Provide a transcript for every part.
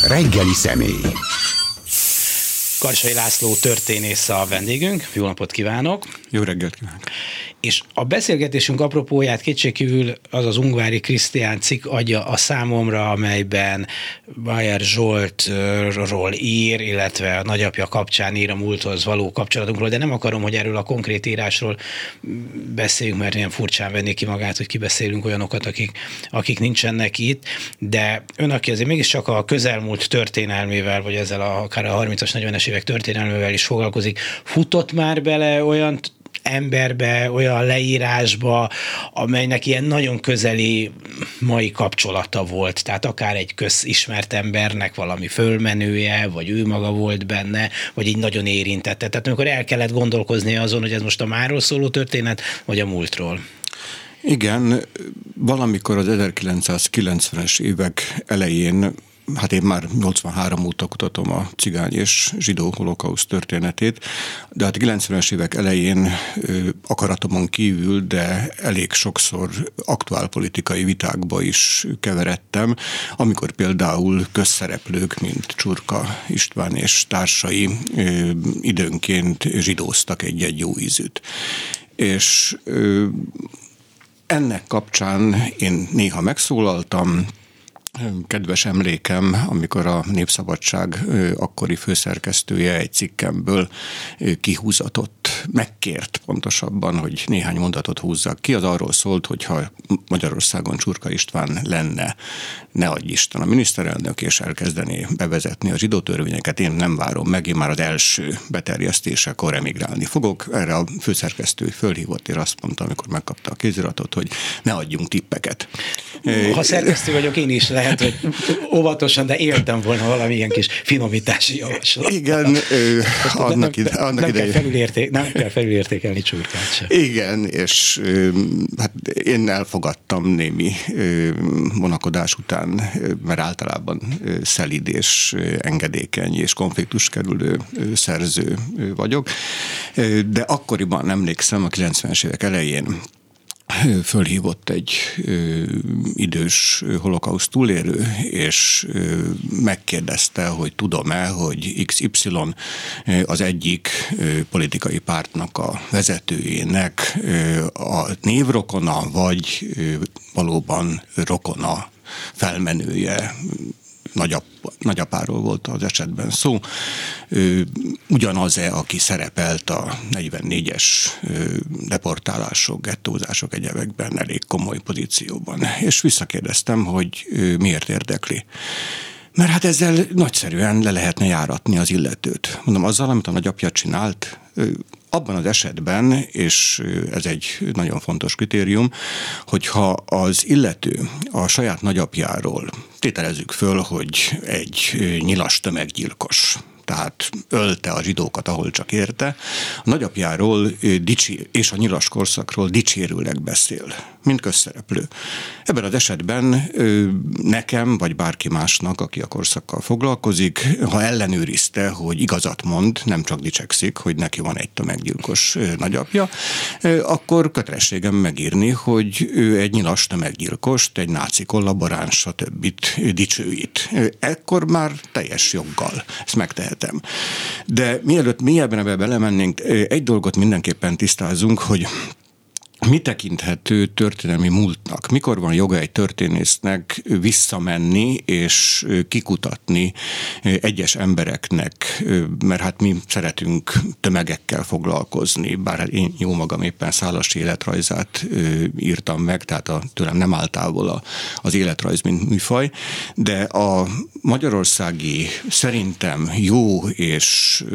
Reggeli személy. Karsai László történész a vendégünk. Jó napot kívánok! Jó reggelt kívánok! És a beszélgetésünk apropóját kétségkívül az az Ungvári Krisztián cikk adja a számomra, amelyben Bauer Zsoltról ír, illetve a nagyapja kapcsán ír a múlthoz való kapcsolatunkról, de nem akarom, hogy erről a konkrét írásról beszéljünk, mert ilyen furcsán venné ki magát, hogy kibeszélünk olyanokat, akik nincsenek itt, de ön, aki azért mégiscsak a közelmúlt történelmével, vagy ezzel akár a 30-as, 40-es évek történelmével is foglalkozik, futott már bele olyan emberbe, olyan leírásba, amelynek ilyen nagyon közeli mai kapcsolata volt. Tehát akár egy közismert embernek valami fölmenője, vagy ő maga volt benne, vagy így nagyon érintette. Tehát amikor el kellett gondolkozni azon, hogy ez most a máról szóló történet, vagy a múltról. Igen, valamikor az 1990-es évek elején, hát én már 83 óta kutatom a cigány és zsidó holokauszt történetét, de hát 90-es évek elején akaratomon kívül, de elég sokszor aktuálpolitikai vitákba is keveredtem, amikor például közszereplők, mint Csurka István és társai időnként zsidóztak egy-egy jó ízűt. És ennek kapcsán én néha megszólaltam. Kedves emlékem, amikor a Népszabadság akkori főszerkesztője egy cikkemből kihúzatott, megkért pontosabban, hogy néhány mondatot húzzak ki. Az arról szólt, hogyha Magyarországon Csurka István lenne, ne adj Isten, a miniszterelnök, és elkezdené bevezetni a zsidó törvényeket, én nem várom meg, én már az első beterjesztésekor emigrálni fogok. Erre a főszerkesztő fölhívott, és azt mondta, amikor megkapta a kéziratot, hogy ne adjunk tippeket. Ha szerkesztő vagyok, én is lehet, hogy óvatosan, de éltem volna valamilyen kis finomítási javaslat. Igen, annak idején. Nem kell felülértékelni Csurkát sem. Igen, és hát én elfogadtam némi vonakodás után, mert általában szelíd és engedékeny és konfliktuskerülő szerző vagyok, de akkoriban emlékszem, a 90-es évek elején fölhívott egy idős holokauszt túlélő, és megkérdezte, hogy tudom-e, hogy XY az egyik politikai pártnak a vezetőjének a névrokona, vagy valóban rokona, felmenője, nagyapáról volt az esetben szó. Ugyanaz-e, aki szerepelt a 44-es deportálások, gettózások egyebekben elég komoly pozícióban. És visszakérdeztem, hogy miért érdekli. Mert hát ezzel nagyszerűen le lehetne járatni az illetőt. Mondom, azzal, amit a nagyapja csinált, abban az esetben, és ez egy nagyon fontos kritérium, hogyha az illető a saját nagyapjáról, tételezzük föl, hogy egy nyilas tömeggyilkos, tehát ölte a zsidókat, ahol csak érte, a nagyapjáról és a nyilas korszakról dicsérőleg beszél, mint közszereplő. Ebben az esetben nekem, vagy bárki másnak, aki a korszakkal foglalkozik, ha ellenőrizte, hogy igazat mond, nem csak dicsekszik, hogy neki van egy tömeggyilkos nagyapja, akkor kötelességem megírni, hogy ő egy nyilas tömeggyilkost, egy náci kollaboráns, stb. Dicsőít. Ekkor már teljes joggal ezt megtehetem. De mielőtt mélyebben ebbe belemennénk, egy dolgot mindenképpen tisztázunk, hogy mi tekinthető történelmi múltnak? Mikor van joga egy történésznek visszamenni és kikutatni egyes embereknek, mert hát mi szeretünk tömegekkel foglalkozni, bár én jó magam éppen Szálasi életrajzát írtam meg, tehát tőlem nem áll távol az életrajz, mint műfaj, de a magyarországi szerintem jó és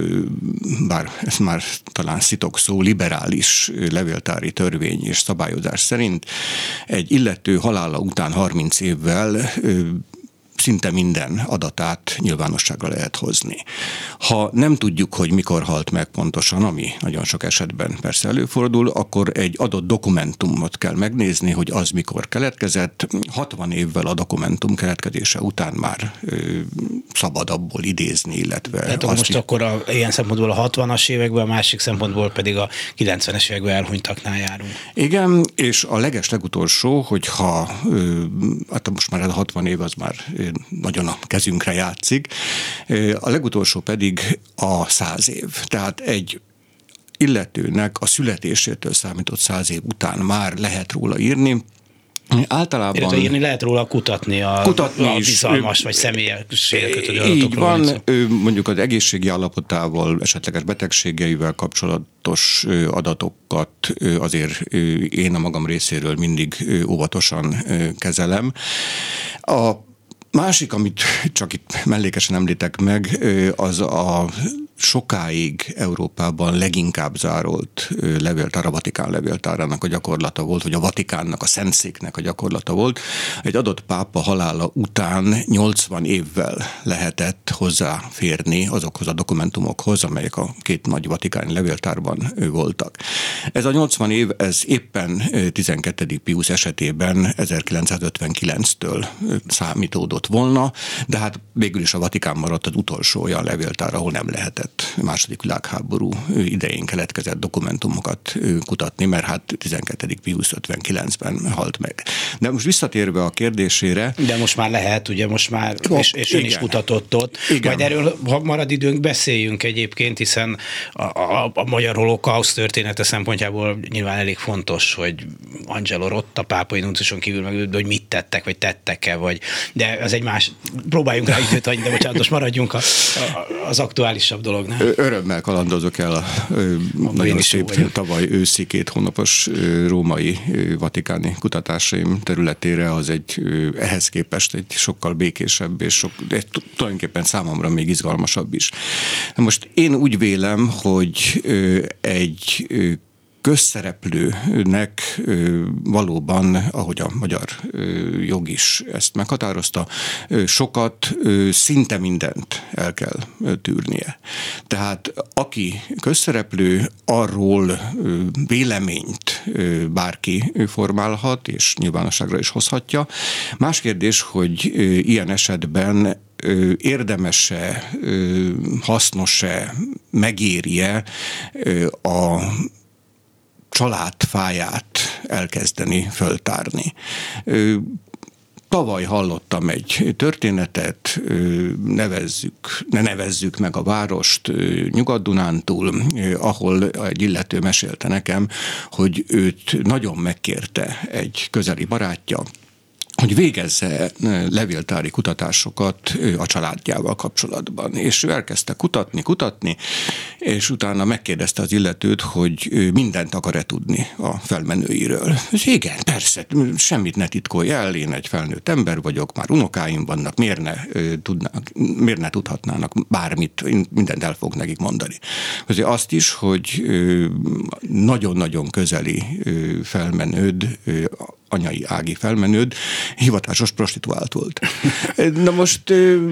bár ez már talán szitokszó, liberális levéltári törvény és szabályozás szerint egy illető halála után 30 évvel szinte minden adatát nyilvánosságra lehet hozni. Ha nem tudjuk, hogy mikor halt meg pontosan, ami nagyon sok esetben persze előfordul, akkor egy adott dokumentumot kell megnézni, hogy az mikor keletkezett. 60 évvel a dokumentum keletkezése után már szabad abból idézni, illetve... Tehát most akkor ilyen szempontból a 60-as években, a másik szempontból pedig a 90-es években elhunytaknál járunk. Igen, és a legutolsó, hogyha hát most már a 60 év az már nagyon a kezünkre játszik. A legutolsó pedig a 100 év. Tehát egy illetőnek a születésétől számított 100 év után már lehet róla írni. Általában... Illetve írni lehet róla kutatni a bizalmas vagy személyességre kötődő adatokról. Így van, mondjuk az egészségi állapotával, esetleges betegségeivel kapcsolatos adatokat azért én a magam részéről mindig óvatosan kezelem. A másik, amit csak itt mellékesen említek meg, az a sokáig Európában leginkább zárolt levéltár, a Vatikán levéltárának a gyakorlata volt, vagy a Vatikánnak, a Szentszéknek a gyakorlata volt. Egy adott pápa halála után 80 évvel lehetett hozzáférni azokhoz a dokumentumokhoz, amelyek a két nagy vatikáni levéltárban voltak. Ez a 80 év, ez éppen 12. Piusz esetében 1959-től számítódott volna, de hát végül is a Vatikán maradt az utolsó olyan levéltár, ahol nem lehetett második világháború idején keletkezett dokumentumokat kutatni, mert hát 12. Piusz 59-ben halt meg. De most visszatérve a kérdésére... De most már lehet, ugye most már, és ön is kutatott ott. Igen. Majd erről, ha marad időnk, beszéljünk egyébként, hiszen a magyar holokauszt története szempontjából nyilván elég fontos, hogy Angelo Rota, pápai nunciuson kívül meg, hogy mit tettek, vagy tettek-e, vagy... De az egy más... Próbáljunk rá időt adni, de bocsánat, most maradjunk az aktuálisabb dolog. Örömmel kalandozok el a nagyon szép tavaly őszi 2 hónapos római vatikáni kutatásaim területére, az ehhez képest egy sokkal békésebb, és tulajdonképpen számomra még izgalmasabb is. Most én úgy vélem, hogy egy közszereplőnek valóban, ahogy a magyar jog is ezt meghatározta, sokat, szinte mindent el kell tűrnie. Tehát aki közszereplő, arról véleményt bárki formálhat, és nyilvánosságra is hozhatja. Más kérdés, hogy ilyen esetben érdemes-e, hasznos-e, megéri-e a családfáját elkezdeni föltárni. Tavaly hallottam egy történetet, ne nevezzük meg a várost Nyugat-Dunántúl, ahol egy illető mesélte nekem, hogy őt nagyon megkérte egy közeli barátja, hogy végezze levéltári kutatásokat a családjával kapcsolatban. És ő elkezdte kutatni, és utána megkérdezte az illetőt, hogy mindent akar-e tudni a felmenőiről. És igen, persze, semmit ne titkolj el, én egy felnőtt ember vagyok, már unokáim vannak, miért ne tudhatnának bármit, mindent el fog nekik mondani. Azért azt is, hogy nagyon-nagyon közeli felmenőd, anyai ági felmenőd, hivatásos prostituált volt. Na most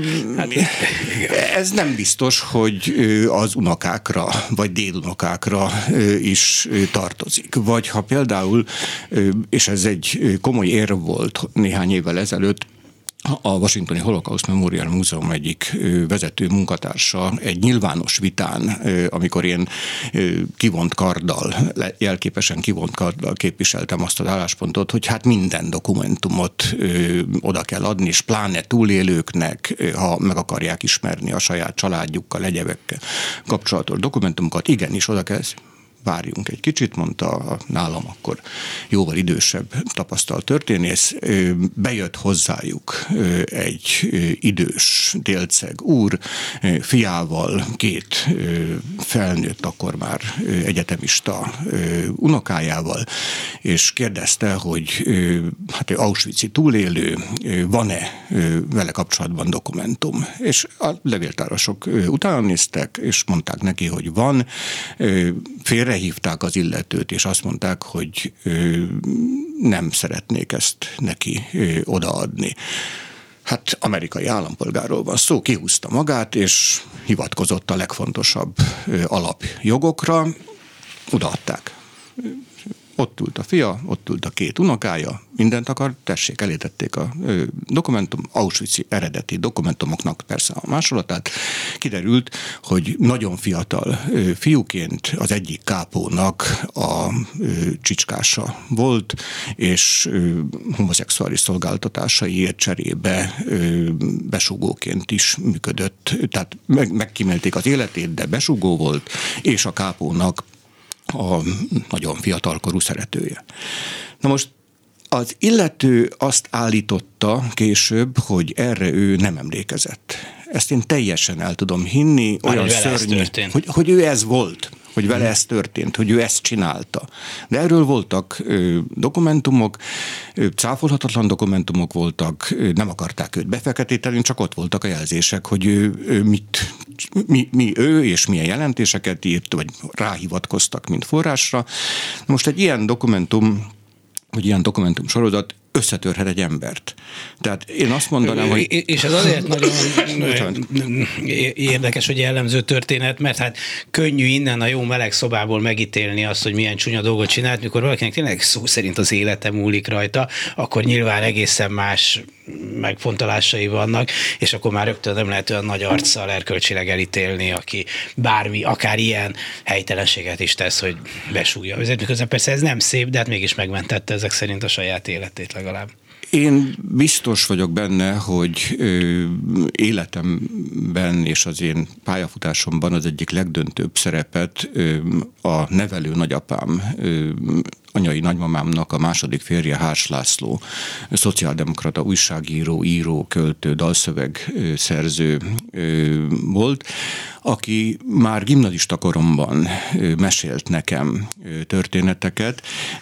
ez nem biztos, hogy az unokákra, vagy dédunokákra is tartozik. Vagy ha például, és ez egy komoly érv volt néhány évvel ezelőtt, a Washingtoni Holocaust Memorial Múzeum egyik vezető munkatársa egy nyilvános vitán, amikor én jelképesen kivont karddal képviseltem azt az álláspontot, hogy hát minden dokumentumot oda kell adni, és pláne túlélőknek, ha meg akarják ismerni a saját családjukkal, egyebekkel kapcsolatos dokumentumokat, igenis oda kell. Várjunk egy kicsit, mondta nálam akkor jóval idősebb tapasztalt történész. Bejött hozzájuk egy idős délceg úr, fiával, 2 felnőtt, akkor már egyetemista unokájával, és kérdezte, hogy hát auschwitzi túlélő, van-e vele kapcsolatban dokumentum. És a levéltárosok utána néztek, és mondták neki, hogy van, félrehívták az illetőt, és azt mondták, hogy nem szeretnék ezt neki odaadni. Hát amerikai állampolgárról van szó, kihúzta magát, és hivatkozott a legfontosabb alapjogokra, odaadták. ott ült a fia, ott ült a két unokája, mindent akar, tessék, elétették a dokumentum, Auschwitz-i eredeti dokumentumoknak persze a másolatát. Kiderült, hogy nagyon fiatal fiúként az egyik kápónak a csicskása volt, és homoszexuális szolgáltatásaiért cserébe besugóként is működött. Tehát megkímélték az életét, de besugó volt, és a kápónak a nagyon fiatalkorú szeretője. Na most az illető azt állította később, hogy erre ő nem emlékezett. Ezt én teljesen el tudom hinni, olyan szörnyű, hogy ő ez volt, hogy vele ez történt, hogy ő ezt csinálta. De erről voltak dokumentumok, cáfolhatatlan dokumentumok voltak, nem akarták őt befeketíteni, csak ott voltak a jelzések, hogy ő és milyen jelentéseket írt, vagy ráhivatkoztak, mint forrásra. Most egy ilyen dokumentum, hogy ilyen dokumentum sorozat összetörhet egy embert. Tehát én azt mondanám, hogy... És ez azért nagyon érdekes, hogy jellemző történet, mert hát könnyű innen a jó meleg szobából megítélni azt, hogy milyen csúnya dolgot csinált, mikor valakinek tényleg szó szerint az élete múlik rajta, akkor nyilván egészen más megfontolásai vannak, és akkor már rögtön nem lehet olyan nagy arccal erkölcsileg elítélni, aki bármi, akár ilyen helytelenséget is tesz, hogy besúgja. Ezért miközben persze ez nem szép, de hát mégis megmentette ezek szerint a saját életét legalább. Én biztos vagyok benne, hogy életemben és az én pályafutásomban az egyik legdöntőbb szerepet a nevelő nagyapám, anyai nagymamámnak a második férje, Hárs László, szociáldemokrata újságíró, író, költő, dalszövegszerző volt, aki már gimnazista koromban mesélt nekem történeteket,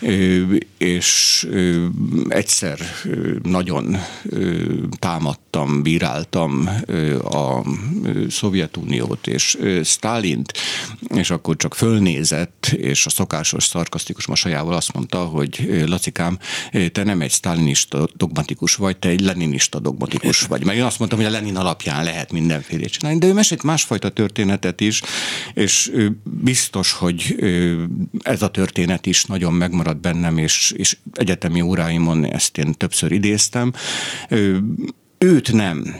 és egyszer nagyon támadtam, bíráltam a Szovjetuniót és Sztálint, és akkor csak fölnézett, és a szokásos szarkasztikus mosolyával azt mondta, hogy Lacikám, te nem egy sztálinista dogmatikus vagy, te egy leninista dogmatikus vagy. Mert én azt mondtam, hogy a Lenin alapján lehet mindenfélét csinálni, de ő mesélt másfajta történetet is, és biztos, hogy ez a történet is nagyon megmaradt bennem, és egyetemi óráimon ezt én többször idéztem. Őt nem.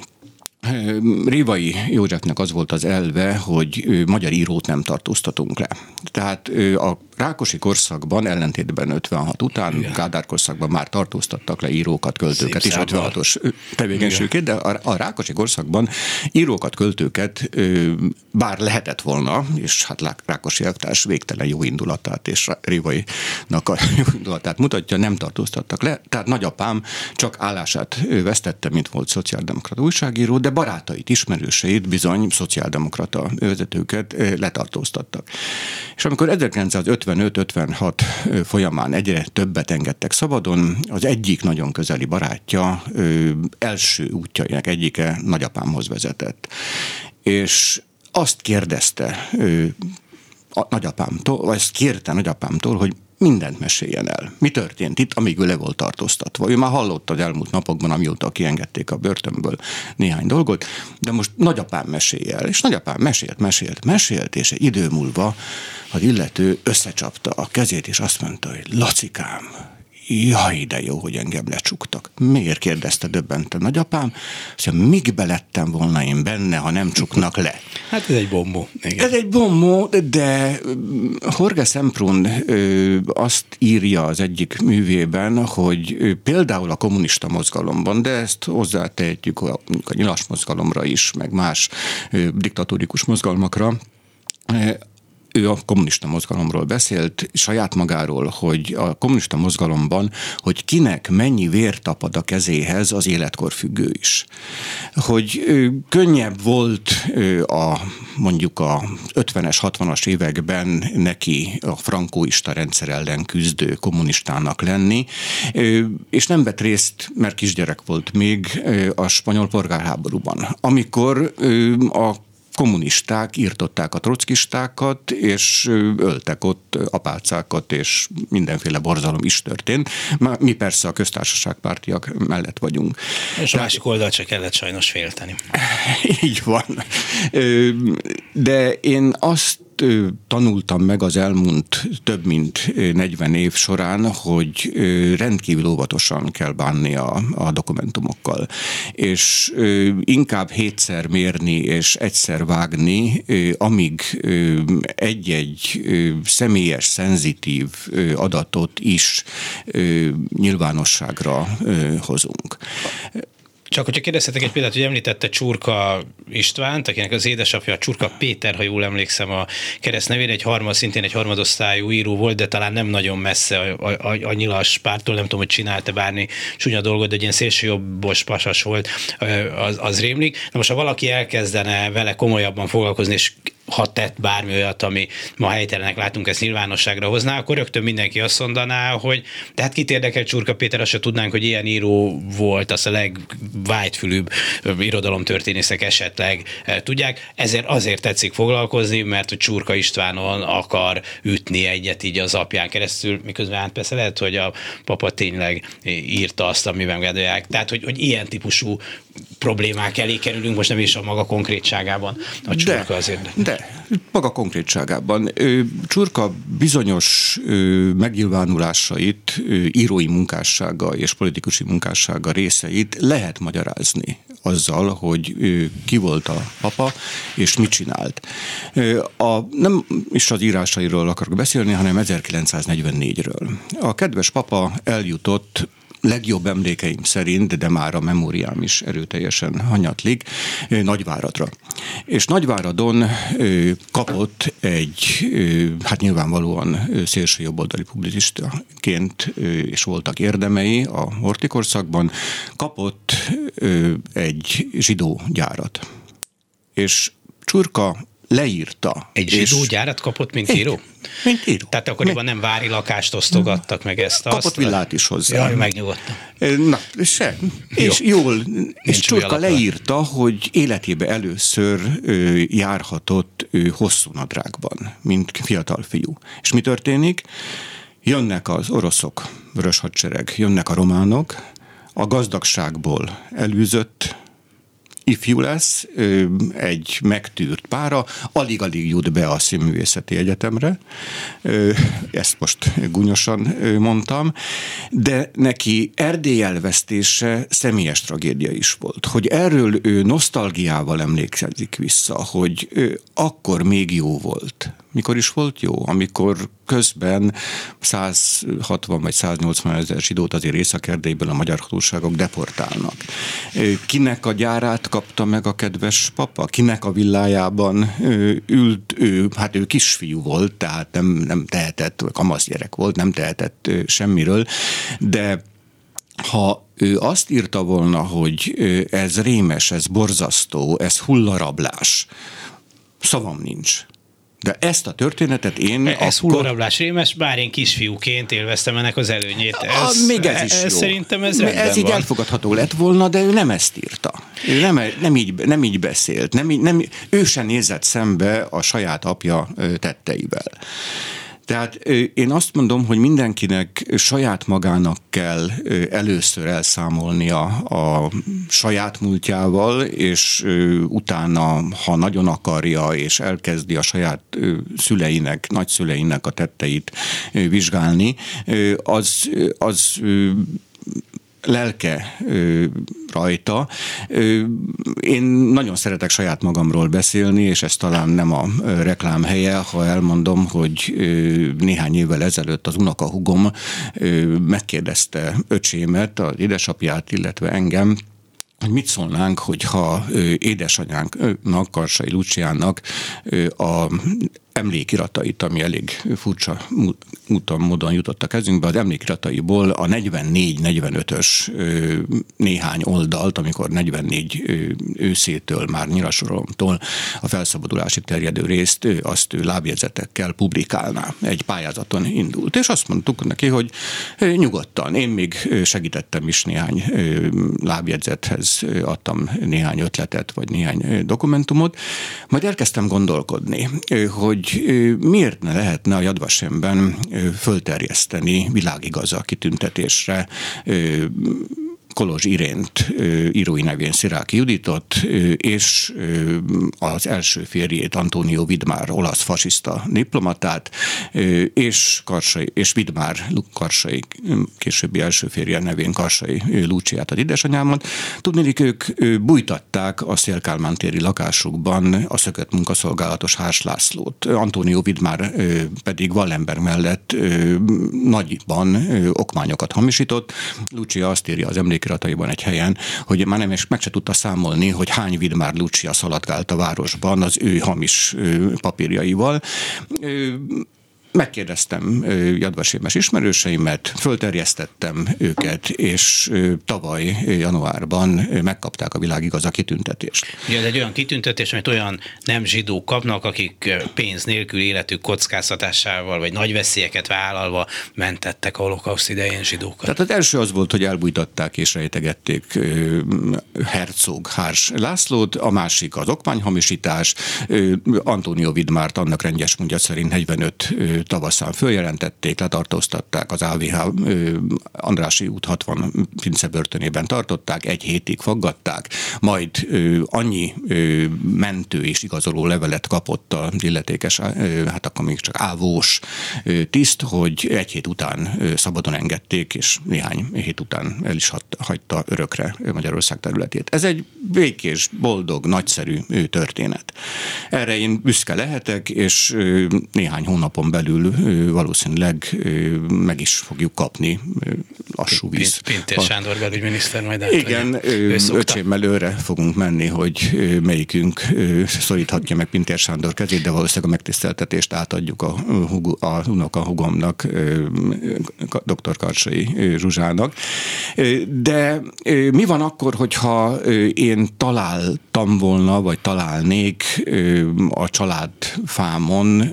Révai Józsefnek az volt az elve, hogy magyar írót nem tartóztatunk le. Tehát a Rákosi korszakban, ellentétben 56 után, Kádár korszakban már tartóztattak le írókat, költőket is 56-os tevékenységét, de a Rákosi korszakban írókat, költőket bár lehetett volna, és hát Rákosi elvtárs végtelen jó indulatát és Révainak a jó indulatát mutatja, nem tartóztattak le. Tehát nagyapám csak állását vesztette, mint volt szociáldemokrata újságíró, de barátait, ismerőseit bizony szociáldemokrata vezetőket letartóztattak. És amikor 1955-56 folyamán egyre többet engedtek szabadon, az egyik nagyon közeli barátja első útjainak egyike nagyapámhoz vezetett. És azt kérdezte a nagyapámtól, vagy ezt kérte nagyapámtól, hogy mindent meséljen el. Mi történt itt, amíg ő le volt tartóztatva. Ő már hallotta az elmúlt napokban, amióta kiengedték a börtönből néhány dolgot, de most nagyapám mesélje el. És nagyapám mesélt, és egy idő múlva az illető összecsapta a kezét, és azt mondta, hogy Lacikám, jaj, de jó, hogy engem lecsuktak. Miért, kérdezte döbbenten nagyapám? Szóval még belettem volna én benne, ha nem csuknak le. Hát ez egy bombó. Igen. Ez egy bombó, de Jorge Semprún azt írja az egyik művében, hogy például a kommunista mozgalomban, de ezt hozzátehetjük a nyilas mozgalomra is, meg más diktatórikus mozgalmakra, ő a kommunista mozgalomról beszélt, saját magáról, hogy a kommunista mozgalomban, hogy kinek mennyi vér tapad a kezéhez, az életkor függő is. Hogy könnyebb volt mondjuk a 50-es, 60-as években neki a frankóista rendszer ellen küzdő kommunistának lenni, és nem vett részt, mert kisgyerek volt még a spanyol polgárháborúban. Amikor a kommunisták írtották a trockistákat, és öltek ott apácákat, és mindenféle borzalom is történt. Mi persze a köztársaságpártiak mellett vagyunk. És a másik oldalt csak kellett sajnos félteni. Így van. De én azt azt tanultam meg az elmúlt több mint 40 év során, hogy rendkívül óvatosan kell bánni a dokumentumokkal. És inkább 7-szer mérni és egyszer vágni, amíg egy-egy személyes, szenzitív adatot is nyilvánosságra hozunk. Csak hogyha kérdezhetek egy példát, hogy említette Csurka Istvánt, akinek az édesapja Csurka Péter, ha jól emlékszem a keresztnevére, szintén egy harmadosztályú író volt, de talán nem nagyon messze a nyilas pártól, nem tudom, hogy csinálta bármi csúnya dolgot, de egy ilyen szélsőjobbos pasas volt, az rémlik. Na most, ha valaki elkezdene vele komolyabban foglalkozni, és ha tett bármi olyat, ami ma helytelenek látunk, ezt nyilvánosságra hozná, akkor rögtön mindenki azt mondaná, hogy de hát kit érdekel Csurka Péter, azt se tudnánk, hogy ilyen író volt, azt a legvágyfülűbb irodalomtörténészek esetleg tudják. Azért tetszik foglalkozni, mert hogy Csurka Istvánon akar ütni egyet így az apján keresztül, miközben hát persze lehet, hogy a papa tényleg írta azt, amiben gondolják. Tehát, hogy ilyen típusú problémák elé kerülünk, most nem is a maga konkrétságában. A Csurka azért. De maga konkrétságában. Csurka bizonyos megnyilvánulásait, írói munkássága és politikusi munkássága részeit lehet magyarázni azzal, hogy ki volt a papa, és mit csinált. Nem is az írásairól akarok beszélni, hanem 1944-ről. A kedves papa eljutott legjobb emlékeim szerint, de már a memóriám is erőteljesen hanyatlik, Nagyváradra. És Nagyváradon kapott egy, hát nyilvánvalóan szélsőjobboldali publicistaként, és voltak érdemei a horthy-korszakban, kapott egy zsidó gyárat. És Csurka leírta. Egy zsidó gyárat kapott, mint író? Mint író. Tehát akkoriban nem vári lakást osztogattak meg ezt. Kapott villát is hozzá. Jaj, megnyugodtam. Na, sem. És jól, és Csurka leírta, hogy életében először járhatott hosszú nadrágban, mint fiatal fiú. És mi történik? Jönnek az oroszok, vörös hadsereg, jönnek a románok, a gazdagságból elűzött ifjú lesz, egy megtűrt pára, alig-alig jut be a Színművészeti Egyetemre, ezt most gúnyosan mondtam, de neki Erdély elvesztése személyes tragédia is volt. Hogy erről ő nosztalgiával emlékezik vissza, hogy akkor még jó volt. Mikor is volt jó? Amikor közben 160 vagy 180 ezer zsidót azért Észak-Erdélyből a magyar hatóságok deportálnak. Kinek a gyárát kapta meg a kedves papa? Kinek a villájában ült ő? Hát ő kisfiú volt, tehát nem tehetett, kamasz gyerek volt, nem tehetett semmiről, de ha ő azt írta volna, hogy ez rémes, ez borzasztó, ez hullarablás, szavam nincs. De ezt a történetet én ez hullarablás rémes, bár én kisfiúként élveztem ennek az előnyét. Még ez is jó. Szerintem ez rendben ez így van. Elfogadható lett volna, de ő nem ezt írta. Ő nem így beszélt. Ő sem nézett szembe a saját apja tetteivel. Tehát én azt mondom, hogy mindenkinek saját magának kell először elszámolnia a saját múltjával, és utána, ha nagyon akarja, és elkezdi a saját szüleinek, nagyszüleinek a tetteit vizsgálni, az lelke rajta. Én nagyon szeretek saját magamról beszélni, és ez talán nem a reklám helye, ha elmondom, hogy néhány évvel ezelőtt az unokahúgom megkérdezte öcsémet, az édesapját, illetve engem, hogy mit szólnánk, hogyha édesanyánknak, Karsai Luciánnak a emlékiratait, ami elég furcsa módon jutott a kezünkbe, az emlékirataiból a 44-45-ös néhány oldalt, amikor 44 őszétől, már Nyirasoromtól a felszabadulásig terjedő részt, azt ő lábjegyzetekkel publikálná. Egy pályázaton indult. És azt mondtuk neki, hogy nyugodtan. Én még segítettem is néhány lábjegyzethez, adtam néhány ötletet, vagy néhány dokumentumot. Majd elkezdtem gondolkodni, hogy miért ne lehetne a Yad Vashemben fölterjeszteni világigaza kitüntetésre Kolozs Irént, írói nevén Sziráky Juditot, és az első férjét, Antónió Vidmár, olasz fasiszta diplomatát, és Vidmár Karsai, későbbi első férje nevén Karsai Lúciát, az édesanyámat. Tudnélik, ők bújtatták a Széll-Kálmán téri lakásukban a szökött munkaszolgálatos Hárs Lászlót. Antónió Vidmár pedig Wallenberg mellett nagyban okmányokat hamisított. Lucia azt írja az emlékirataiban egy helyen, hogy már nem is meg se tudta számolni, hogy hány Vidmár Lucia szaladgált a városban az ő hamis papírjaival. Megkérdeztem Jadvas ismerőseimet, fölterjesztettem őket, és tavaly januárban megkapták a Világigaza kitüntetést. Ugye ez egy olyan kitüntetés, amit olyan nem zsidók kapnak, akik pénz nélkül életük kockáztatásával, vagy nagy veszélyeket vállalva mentettek a holokauszt idején zsidókat. Tehát az első az volt, hogy elbújtatták és rejtegették Herzog Hárs Lászlót, a másik az okmányhamisítás, Antónió Vidmárt annak rendes mondja szerint 45 tavaszán följelentették, letartóztatták, az AVH Andrássy út 60 Pince börtönében tartották, 1 hétig faggatták, majd annyi mentő és igazoló levelet kapott az illetékes, hát akkor még csak ávós tiszt, hogy 1 hét után szabadon engedték, és néhány hét után el is hagyta örökre Magyarország területét. Ez egy békés, boldog, nagyszerű történet. Erre én büszke lehetek, és néhány hónapon belül valószínűleg meg is fogjuk kapni lassú víz. Pintér Sándor belügyminiszter majd igen, öcsémmel őre fogunk menni, hogy melyikünk szoríthatja meg Pintér Sándor kezét, de valószínűleg a megtiszteltetést átadjuk a unokahúgomnak, dr. Karsai Zsuzsának. De mi van akkor, hogyha én találtam volna, vagy találnék a családfámon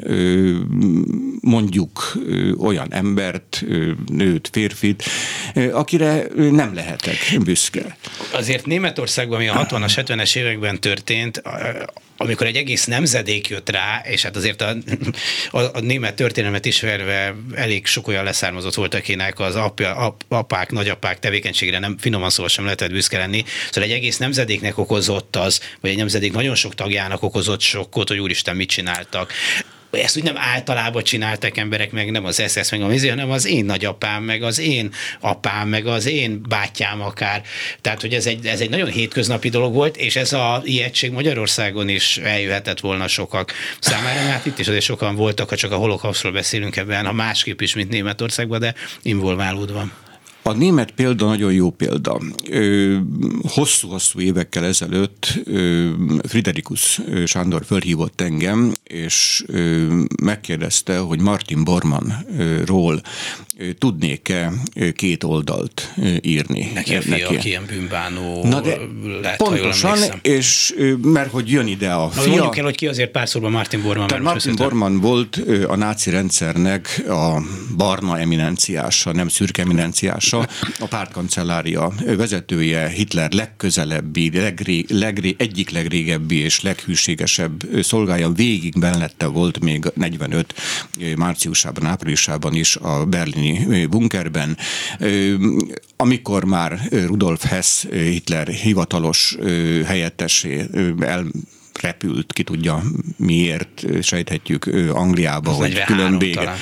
mondjuk olyan embert, nőt, férfit, akire nem lehetek büszke. Azért Németországban, ami a 60-as, 70-es években történt, amikor egy egész nemzedék jött rá, és hát azért a német történelmet ismerve elég sok olyan leszármazott volt, akinek az apák, nagyapák tevékenységre nem, finoman szóval sem lehetett büszke lenni. Szóval egy egész nemzedéknek okozott az, vagy egy nemzedék nagyon sok tagjának okozott sokkot, hogy úristen, mit csináltak. Ezt úgy nem általában csináltak emberek, meg nem az SS, meg a mizé, hanem az én nagyapám, meg az én apám, meg az én bátyám akár. Tehát, hogy ez egy nagyon hétköznapi dolog volt, és ez a ijegység Magyarországon is eljöhetett volna sokak számára, hát itt is azért sokan voltak, ha csak a holokausztról beszélünk ebben, ha másképp is, mint Németországban, de involválódva. A német példa nagyon jó példa. Hosszú-hosszú évekkel ezelőtt Friderikus Sándor fölhívott engem, és megkérdezte, hogy Martin Bormannról tudnék-e 2 oldalt írni. Neki a fia, aki ilyen bűnbánó lett, pontosan, és mert hogy jön ide a fia. Mondjuk el, hogy ki azért pár szóban Martin Bormann. Tehát Martin Bormann volt a náci rendszernek a barna eminenciása, nem szürke eminenciása, a pártkancellária vezetője, Hitler legközelebbi, egyik legrégebbi és leghűségesebb szolgája, végig mellette volt még 45 márciusában, áprilisában is a berlini bunkerben. Amikor már Rudolf Hess, Hitler hivatalos helyettesé repült, ki tudja miért, sejthetjük Angliába, hogy különbége.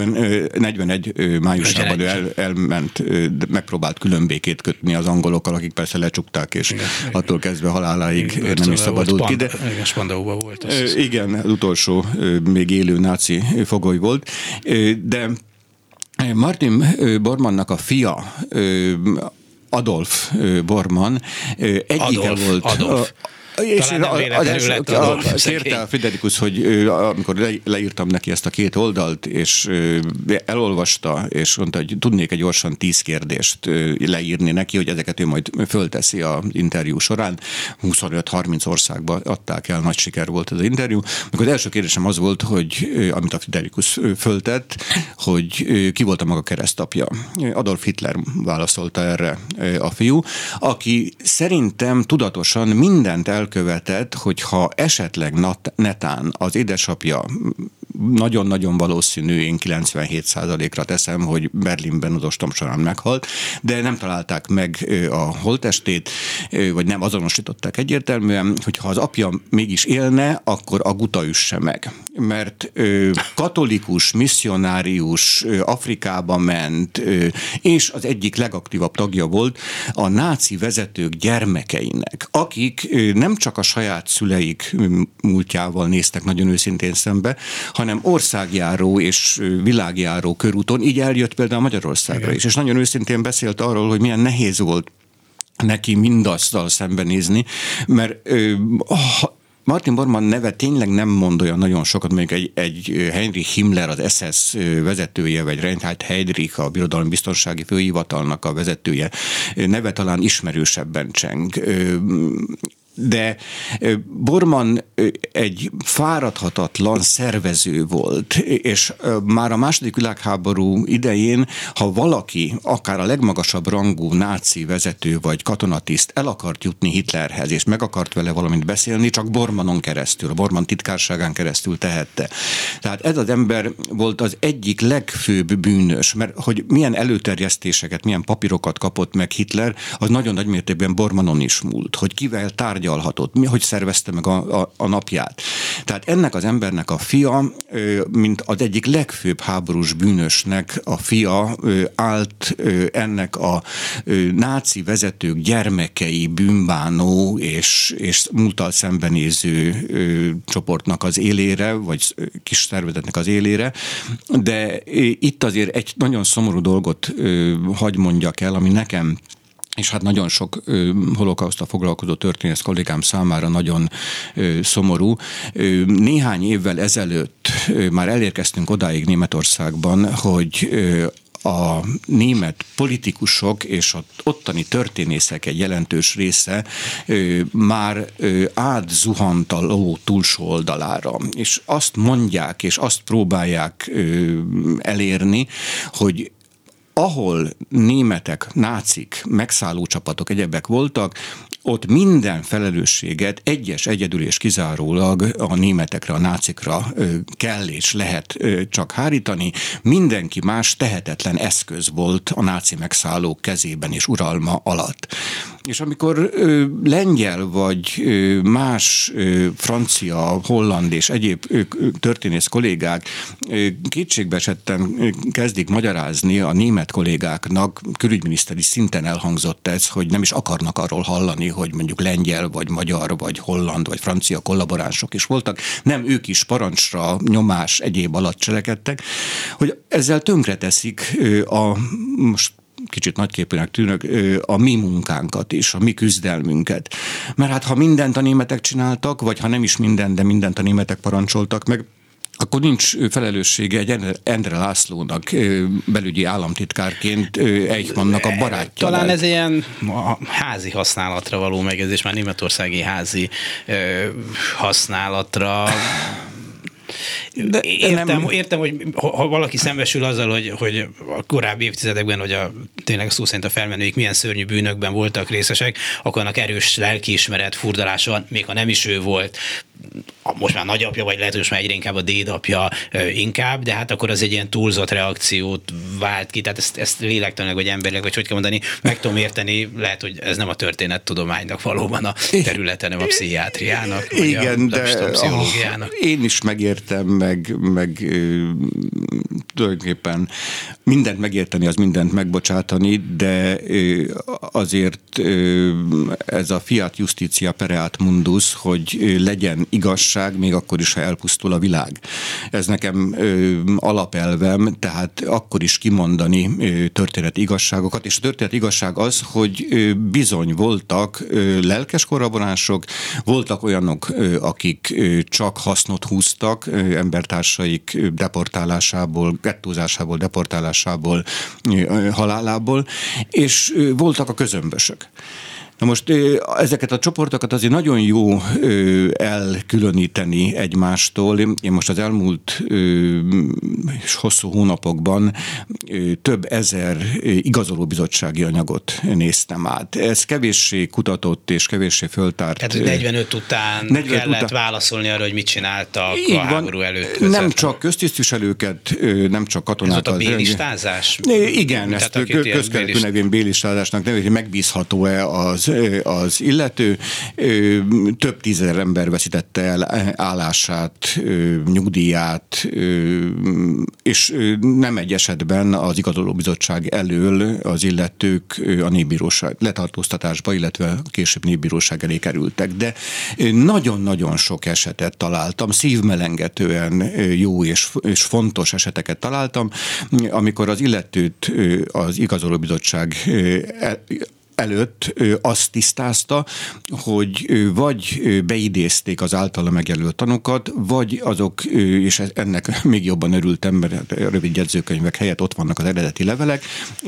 41 májusában elment, megpróbált különbékét kötni az angolokkal, akik persze lecsukták, és attól kezdve haláláig nem is szabadult ki. Spandauban volt. Igen, az utolsó még élő náci fogoly volt, de Martin Bormannnak a fia, Adolf Bormann, egyike volt... Adolf. És kérte a Friderikus, hogy amikor leírtam neki ezt a 2 oldalt, és elolvasta, és mondta, hogy tudnék egy gyorsan 10 kérdést leírni neki, hogy ezeket ő majd fölteszi az interjú során. 25-30 országba adták el, nagy siker volt ez az interjú. Akkor az első kérdésem az volt, hogy amit a Friderikus föltett, hogy ki volt a maga keresztapja. Adolf Hitler válaszolta erre a fiú, aki szerintem tudatosan mindent elkövetett, hogyha esetleg netán az édesapja nagyon-nagyon valószínű, én 97%-ra teszem, hogy Berlinben az ostom során meghalt, de nem találták meg a holttestét, vagy nem azonosították egyértelműen, hogy ha az apja mégis élne, akkor a guta üsse meg. Mert katolikus, misszionárius, Afrikába ment, és az egyik legaktívabb tagja volt a náci vezetők gyermekeinek, akik nem csak a saját szüleik múltjával néztek nagyon őszintén szembe, hanem országjáró és világjáró körúton, így eljött például Magyarországra is, és nagyon őszintén beszélt arról, hogy milyen nehéz volt neki mindazzal szembenézni, mert Martin Bormann neve tényleg nem mond olyan nagyon sokat, mondjuk egy Heinrich Himmler, az SS vezetője, vagy Reinhard Heydrich, a Birodalmi Biztonsági Főhivatalnak a vezetője neve talán ismerősebben cseng. De Bormann egy fáradhatatlan szervező volt, és már a II. Világháború idején, ha valaki, akár a legmagasabb rangú náci vezető vagy katonatiszt el akart jutni Hitlerhez, és meg akart vele valamit beszélni, csak Bormannon keresztül, a Bormann titkárságán keresztül tehette. Tehát ez az ember volt az egyik legfőbb bűnös, mert hogy milyen előterjesztéseket, milyen papírokat kapott meg Hitler, az nagyon nagy mértékben Bormannon is múlt, hogy kivel tárgyalhatott, hogy szervezte meg a napját. Tehát ennek az embernek a fia, mint az egyik legfőbb háborús bűnösnek a fia állt ennek a náci vezetők gyermekei bűnbánó és múlttal szembenéző csoportnak az élére, vagy kis szervezetnek az élére, de itt azért egy nagyon szomorú dolgot hagy mondjak el, ami nekem és hát nagyon sok holokauszttal foglalkozó történész kollégám számára nagyon szomorú. Néhány évvel ezelőtt már elérkeztünk odáig Németországban, hogy a német politikusok és az ottani történészek egy jelentős része már átzuhant a ló túlsó oldalára. És azt mondják, és azt próbálják elérni, hogy ahol németek, nácik, megszállócsapatok, egyebek voltak, ott minden felelősséget egyedül és kizárólag a németekre, a nácikra kell és lehet csak hárítani. Mindenki más tehetetlen eszköz volt a náci megszállók kezében és uralma alatt. És amikor lengyel vagy más francia, holland és egyéb történész kollégák kétségbeesetten kezdik magyarázni a német kollégáknak, külügyminiszteri szinten elhangzott ez, hogy nem is akarnak arról hallani, hogy mondjuk lengyel, vagy magyar, vagy holland, vagy francia kollaboránsok is voltak, nem ők is parancsra, nyomás egyéb alatt cselekedtek, hogy ezzel tönkreteszik most kicsit nagyképűnek tűnök, a mi munkánkat is, a mi küzdelmünket. Mert hát ha mindent a németek csináltak, vagy ha nem is mindent, de mindent a németek parancsoltak meg, akkor nincs felelőssége egy Endre Lászlónak belügyi államtitkárként Eichmannnak a barátja. Talán ez ilyen házi használatra való megjegyzés, már németországi házi használatra. De értem, hogy ha valaki szembesül azzal, hogy a korábbi évtizedekben, hogy tényleg szó szerint a felmenőik milyen szörnyű bűnökben voltak részesek, akkor annak erős lelkiismeret, furdalása van, még ha nem is ő volt, most már nagyapja, vagy lehet, hogy most már egyre inkább a dédapja inkább, de hát akkor az egy ilyen túlzott reakciót vált ki, tehát ezt lélektanilag, vagy emberileg, vagy hogy kell mondani, meg tudom érteni, lehet, hogy ez nem a történettudománynak valóban a területe, nem a pszichiátriának, vagy igen, a pszichológiának. Én is megértem, meg tulajdonképpen mindent megérteni, az mindent megbocsátani, de azért ez a fiat justitia pereat mundus, hogy legyen igazság, még akkor is, ha elpusztul a világ. Ez nekem alapelvem, tehát akkor is kimondani történeti igazságokat, és a történeti igazság az, hogy bizony voltak lelkes kollaboránsok, voltak olyanok, akik csak hasznot húztak embertársaik deportálásából, gettózásából, deportálásából, halálából, és voltak a közömbösök. Na most ezeket a csoportokat azért nagyon jó elkülöníteni egymástól. Én most az elmúlt hosszú hónapokban több ezer igazolóbizottsági anyagot néztem át. Ez kevéssé kutatott és kevéssé föltárt. Tehát 45 után kellett válaszolni arra, hogy mit csináltak a háború előtt. Nem csak köztisztviselőket, nem csak katonákat. Ez ott a bélistázás? Igen, ezt közkeletű nevén bélistázásnak nevén, hogy megbízható-e az illető. Több tízezer ember veszítette el állását, nyugdíját, és nem egy esetben az igazolóbizottság elől az illetők a népbíróság letartóztatásba, illetve később népbíróság elé kerültek. De nagyon-nagyon sok esetet találtam, szívmelengetően jó és fontos eseteket találtam, amikor az illetőt az igazolóbizottság előtt azt tisztázta, hogy vagy beidézték az általa megjelölt tanúkat, vagy azok, és ennek még jobban örültem, mert rövid jegyzőkönyvek helyett ott vannak az eredeti levelek,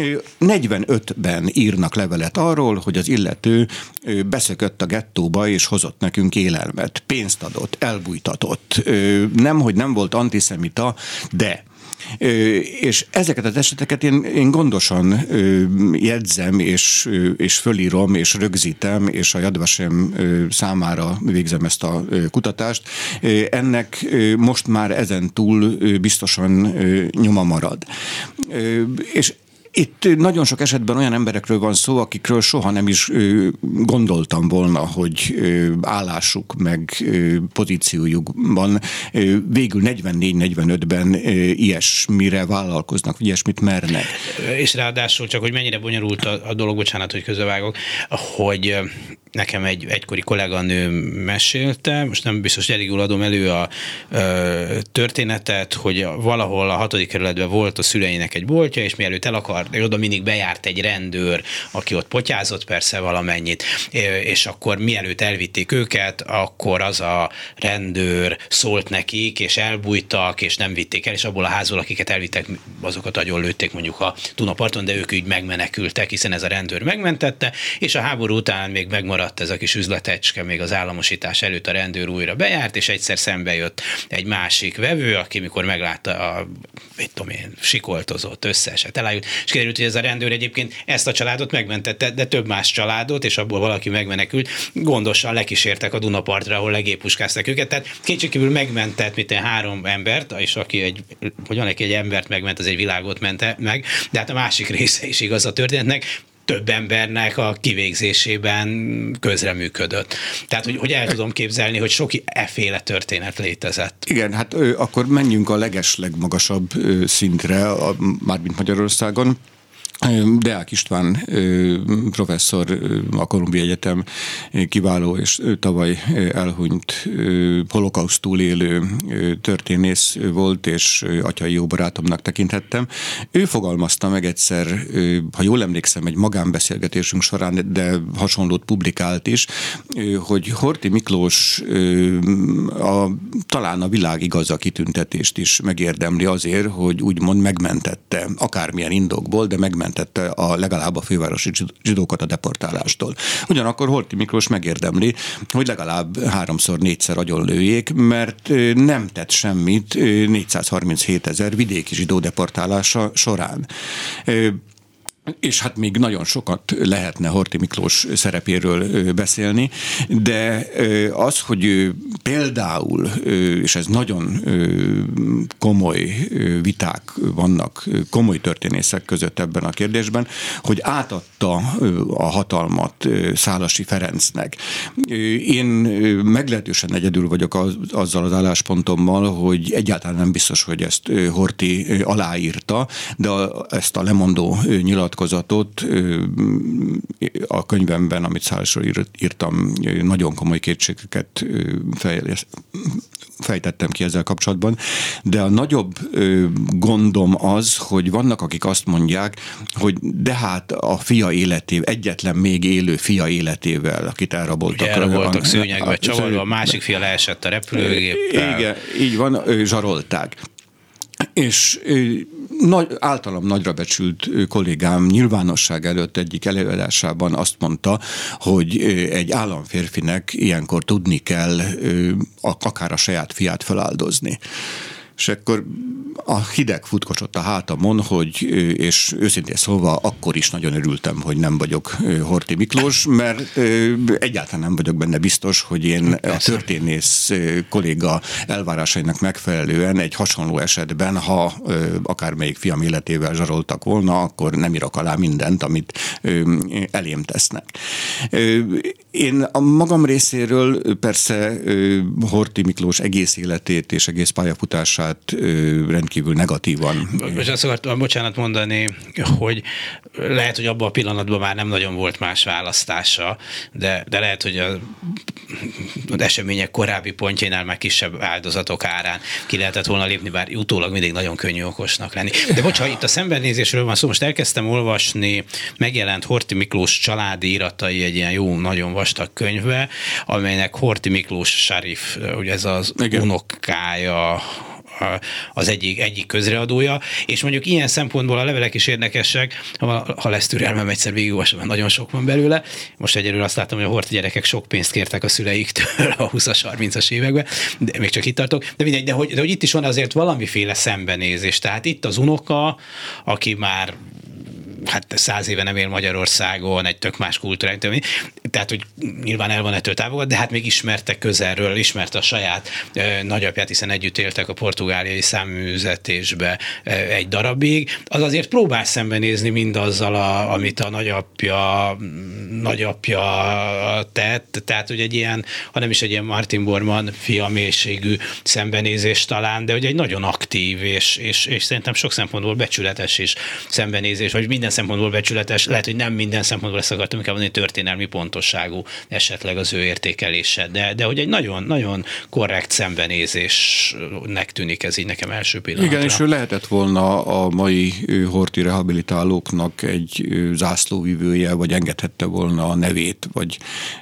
45-ben írnak levelet arról, hogy az illető beszökött a gettóba, és hozott nekünk élelmet, pénzt adott, elbújtatott. Nemhogy nem volt antiszemita, de és ezeket az eseteket én gondosan jegyzem, és fölírom, és rögzítem, és a Yad Vashem számára végzem ezt a kutatást. Ennek most már ezen túl biztosan nyoma marad. És itt nagyon sok esetben olyan emberekről van szó, akikről soha nem is gondoltam volna, hogy állásuk meg pozíciójukban végül 44-45-ben ilyesmire vállalkoznak, vagy ilyesmit mernek. És ráadásul csak, hogy mennyire bonyolult a dolog, bocsánat, hogy közbevágok, hogy nekem egy egykori kolléganő mesélte, most nem biztos, hogy elég jól adom elő a történetet, hogy valahol a 6. kerületben volt a szüleinek egy boltja, és mielőtt el akart, oda mindig bejárt egy rendőr, aki ott potyázott persze valamennyit, és akkor mielőtt elvitték őket, akkor az a rendőr szólt nekik, és elbújtak, és nem vitték el, és abból a házból, akiket elvittek, azokat agyonlőtték mondjuk a Dunaparton, de ők úgy megmenekültek, hiszen ez a rendőr megmentette, és a háború után még megmaradt ez a kis üzletecske, még az államosítás előtt a rendőr újra bejárt, és egyszer szembe jött egy másik vevő, aki mikor meglátta sikoltozott, összeesett, elájult, és kiderült, hogy ez a rendőr egyébként ezt a családot megmentette, de több más családot, és abból valaki megmenekült, gondosan lekísértek a Dunapartra, ahol legépuskáztak őket, tehát kétségkívül megmentett 3 embert, és aki egy embert megment, az egy világot mente meg, de hát a másik része is igaz a történetnek, több embernek a kivégzésében közreműködött. Tehát, hogy el tudom képzelni, hogy sok efféle történet létezett. Igen, hát akkor menjünk a legeslegmagasabb szintre, mármint Magyarországon. Deák István professzor, a Columbia Egyetem kiváló és tavaly elhunyt holokauszt túlélő történész volt, és atyai jó barátomnak tekinthettem. Ő fogalmazta meg egyszer, ha jól emlékszem, egy magánbeszélgetésünk során, de hasonlót publikált is, hogy Horthy Miklós talán a világ igaza kitüntetést is megérdemli azért, hogy úgymond megmentette, akármilyen indokból, de megmentette legalább a fővárosi zsidókat a deportálástól. Ugyanakkor Horthy Miklós megérdemli, hogy legalább 3-4-szer agyonlőjék, mert nem tett semmit 437 000 vidéki zsidó deportálása során. És hát még nagyon sokat lehetne Horthy Miklós szerepéről beszélni, de az, hogy például, és ez nagyon komoly viták vannak komoly történészek között ebben a kérdésben, hogy átadta a hatalmat Szálasi Ferencnek. Én meglehetősen egyedül vagyok azzal az álláspontommal, hogy egyáltalán nem biztos, hogy ezt Horthy aláírta, de ezt a lemondó nyilatkozatot a könyvemben, amit Szálasiról írtam, nagyon komoly kétségeket fejtettem ki ezzel kapcsolatban, de a nagyobb gondom az, hogy vannak, akik azt mondják, hogy de hát a fia életével, egyetlen még élő fia életével, akit elraboltak. Elraboltak szőnyegbe csavarva, a másik fia leesett a repülőgéppel. Igen, így van, zsarolták. És általam nagyra becsült kollégám nyilvánosság előtt egyik előadásában azt mondta, hogy egy államférfinek ilyenkor tudni kell akár a saját fiát feláldozni. És akkor a hideg futkosott a hátamon, és őszintén szólva akkor is nagyon örültem, hogy nem vagyok Horthy Miklós, mert egyáltalán nem vagyok benne biztos, hogy én a történész kolléga elvárásainak megfelelően egy hasonló esetben, ha akármelyik fiam életével zsaroltak volna, akkor nem írok alá mindent, amit elém tesznek. Én a magam részéről persze Horthy Miklós egész életét és egész pályafutását rendkívül negatívan. Most azt akartam, bocsánat mondani, hogy lehet, hogy abban a pillanatban már nem nagyon volt más választása, de lehet, hogy az események korábbi pontjainál már kisebb áldozatok árán ki lehetett volna lépni, bár utólag mindig nagyon könnyű okosnak lenni. De bocsánat, itt a szembenézésről van szó, most elkezdtem olvasni, megjelent Horthy Miklós családi iratai, egy ilyen jó, nagyon vastag könyvbe, amelynek Horthy Miklós Sarif, ugye ez az unokája, az egyik közreadója, és mondjuk ilyen szempontból a levelek is érdekesek, ha lesz türelmem, egyszer végigolvasom, mert nagyon sok van belőle. Most egyelőre azt látom, hogy a Horthy gyerekek sok pénzt kértek a szüleiktől a 20-as, 30-as években, de még csak itt tartok. De mindegy, de hogy itt is van azért valamiféle szembenézés. Tehát itt az unoka, aki már 100 éve nem él Magyarországon, egy tök más kultúrát, tehát, hogy nyilván el van ettől távolod, de hát még ismerte közelről, ismerte a saját nagyapját, hiszen együtt éltek a portugáliai száműzetésbe egy darabig, az azért próbál szembenézni mindazzal, amit a nagyapja tett, tehát, hogy egy ilyen, ha nem is egy ilyen Martin Bormann fia mélységű szembenézés talán, de hogy egy nagyon aktív, és szerintem sok szempontból becsületes is szembenézés, vagy minden szempontból becsületes, lehet, hogy nem minden szempontból ezt akartam inkább mondani, történelmi pontosságú esetleg az ő értékelése, de hogy egy nagyon-nagyon korrekt szembenézésnek tűnik ez így nekem első pillanatra. Igen, és ő lehetett volna a mai Horthy rehabilitálóknak egy zászlóvivője, vagy engedhette volna a nevét, vagy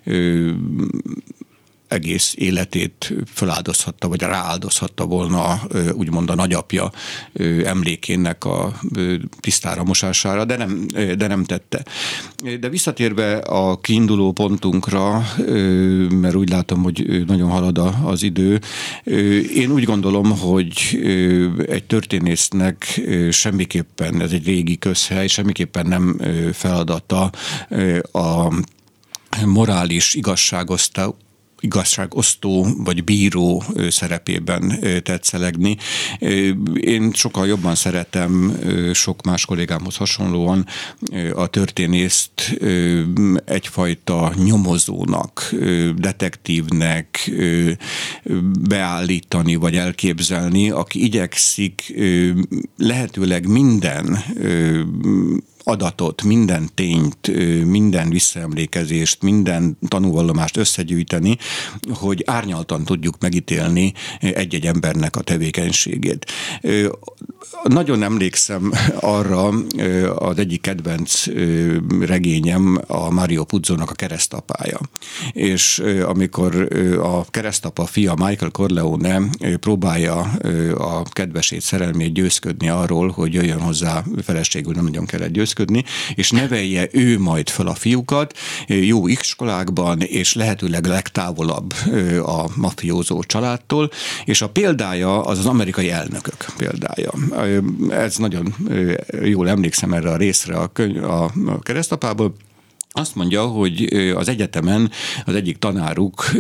egész életét feláldozhatta, vagy rááldozhatta volna úgymond a nagyapja emlékének a tisztára mosására, de nem tette. De visszatérve a kiinduló pontunkra, mert úgy látom, hogy nagyon halad az idő, én úgy gondolom, hogy egy történésznek semmiképpen, ez egy régi közhely, semmiképpen nem feladata a morális igazságosztó vagy bíró szerepében tetszelegni. Én sokkal jobban szeretem sok más kollégámhoz hasonlóan a történészt egyfajta nyomozónak, detektívnek beállítani vagy elképzelni, aki igyekszik lehetőleg minden adatot, minden tényt, minden visszaemlékezést, minden tanúvallomást összegyűjteni, hogy árnyaltan tudjuk megítélni egy-egy embernek a tevékenységét. Nagyon emlékszem arra, az egyik kedvenc regényem a Mario Puzzónak a Keresztapája. És amikor a keresztapa fia Michael Corleone próbálja a kedvesét, szerelmét győzködni arról, hogy jöjjön hozzá feleségül, nem nagyon kellett győzködni, és nevelje ő majd fel a fiúkat jó iskolákban, és lehetőleg legtávolabb a mafiózó családtól, és a példája az amerikai elnökök példája. Ez nagyon jól emlékszem erre a részre a Keresztapából. Azt mondja, hogy az egyetemen az egyik tanáruk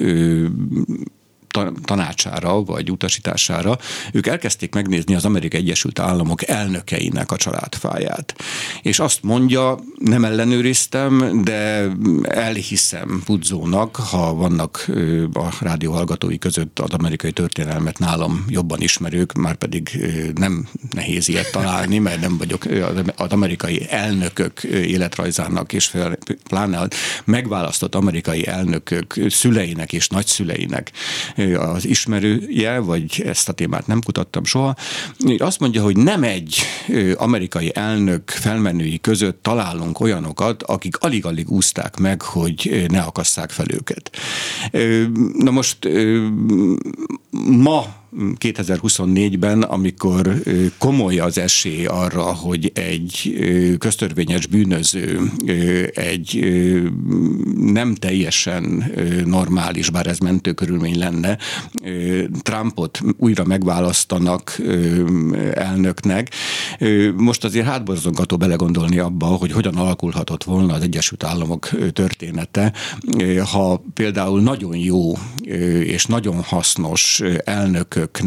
tanácsára, vagy utasítására, ők elkezdték megnézni az Amerikai Egyesült Államok elnökeinek a családfáját. És azt mondja, nem ellenőriztem, de elhiszem Puzzónak, ha vannak a rádió hallgatói között az amerikai történelmet nálam jobban ismerők, már pedig nem nehéz ilyet találni, mert nem vagyok az amerikai elnökök életrajzának, és pláne megválasztott amerikai elnökök szüleinek és nagyszüleinek az ismerője, vagy ezt a témát nem kutattam soha. Azt mondja, hogy nem egy amerikai elnök felmenői között találunk olyanokat, akik alig-alig úszták meg, hogy ne akasszák fel őket. Na most ma 2024-ben, amikor komoly az esély arra, hogy egy köztörvényes bűnöző, egy nem teljesen normális, bár ez mentőkörülmény lenne, Trumpot újra megválasztanak elnöknek. Most azért hátborzongató belegondolni abba, hogy hogyan alakulhatott volna az Egyesült Államok története, ha például nagyon jó és nagyon hasznos elnökök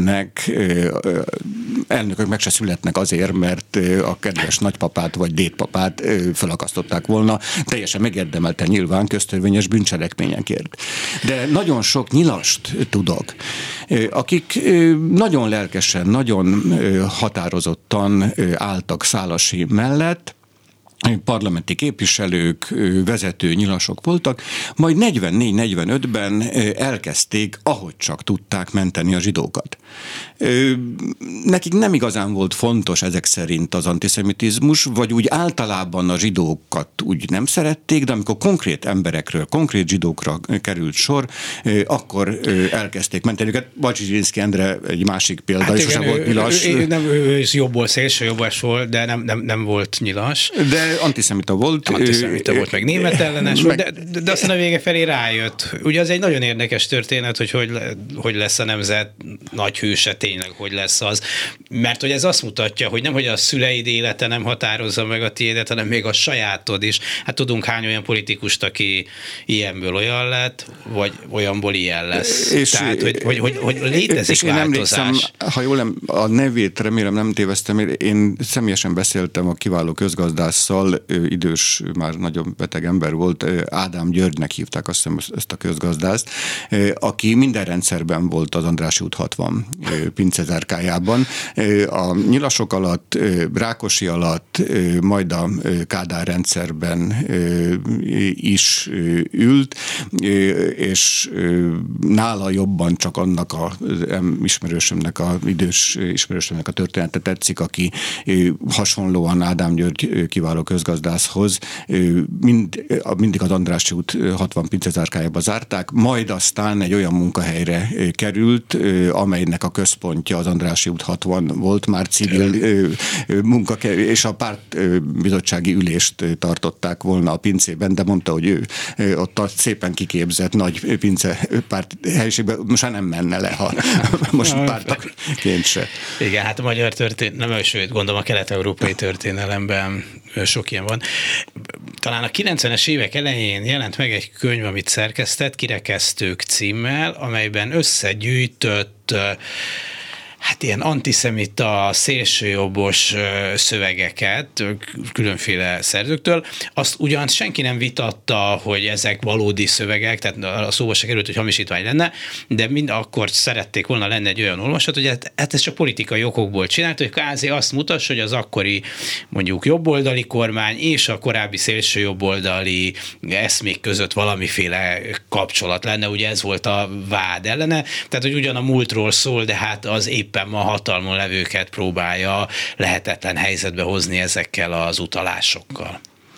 meg se születnek azért, mert a kedves nagypapát vagy dédpapát felakasztották volna, teljesen megérdemelte nyilván köztörvényes bűncselekményekért. De nagyon sok nyilast tudok, akik nagyon lelkesen, nagyon határozottan álltak Szálasi mellett, parlamenti képviselők, vezető nyilasok voltak, majd 44-45-ben elkezdték, ahogy csak tudták menteni a zsidókat. Nekik nem igazán volt fontos ezek szerint az antiszemitizmus, vagy úgy általában a zsidókat úgy nem szerették, de amikor konkrét emberekről, konkrét zsidókra került sor, akkor elkezdték menteni őket. Bacsizinszky Endre egy másik példa, hát és sosem volt nyilas. Ő jobból, szélső jobbos volt, de nem volt nyilas. De antiszemita volt. Antiszemita volt, meg német ellenes volt, de aztán a vége felé rájött. Ugye az egy nagyon érdekes történet, hogy lesz a nemzet nagy hőse, tényleg hogy lesz az. Mert hogy ez azt mutatja, hogy nem, hogy a szüleid élete nem határozza meg a tiédet, hanem még a sajátod is. Hát tudunk hány olyan politikust, aki ilyenből olyan lett, vagy olyanból ilyen lesz. És tehát, hogy létezik és változás. Ha jól a nevét remélem nem téveztem, én személyesen beszéltem a kiváló közgazdásszal, idős, már nagyon beteg ember volt, Ádám Györgynek hívták azt hiszem ezt a közgazdászt, aki minden rendszerben volt az Andrássy út 60 pincezárkájában. A nyilasok alatt, Rákosi alatt, majd a Kádár rendszerben is ült, és nála jobban csak annak az ismerősömnek, az idős ismerősömnek a története tetszik, aki hasonlóan Ádám György kiváló közgazdászhoz mindig az Andrássy út 60 pincezárkájába zárták, majd aztán egy olyan munkahelyre került, amelynek a központja az Andrássy út 60 volt, már civil és a pártbizottsági ülést tartották volna a pincében, de mondta, hogy ő ott a szépen kiképzett nagy pince párt helyiségben most nem menne le, ha most pártaként se. Igen, hát a magyar történelem, sőt, gondolom a kelet-európai történelemben sok ilyen van. Talán a 90-es évek elején jelent meg egy könyv, amit szerkesztett, Kirekesztők címmel, amelyben összegyűjtött hát ilyen antiszemita, szélsőjobbos szövegeket különféle szerzőktől. Azt ugyan senki nem vitatta, hogy ezek valódi szövegek, tehát a szóba se került, hogy hamisítvány lenne, de mind akkor szerették volna lenne egy olyan olvasat, hogy hát ez csak politikai okokból csinált, hogy kvázi azt mutassa, hogy az akkori mondjuk jobboldali kormány és a korábbi szélsőjobboldali eszmék között valamiféle kapcsolat lenne, ugye ez volt a vád ellene, tehát hogy ugyan a múltról szól, de hát az éppen ma hatalmon levőket próbálja lehetetlen helyzetbe hozni ezekkel az utalásokkal.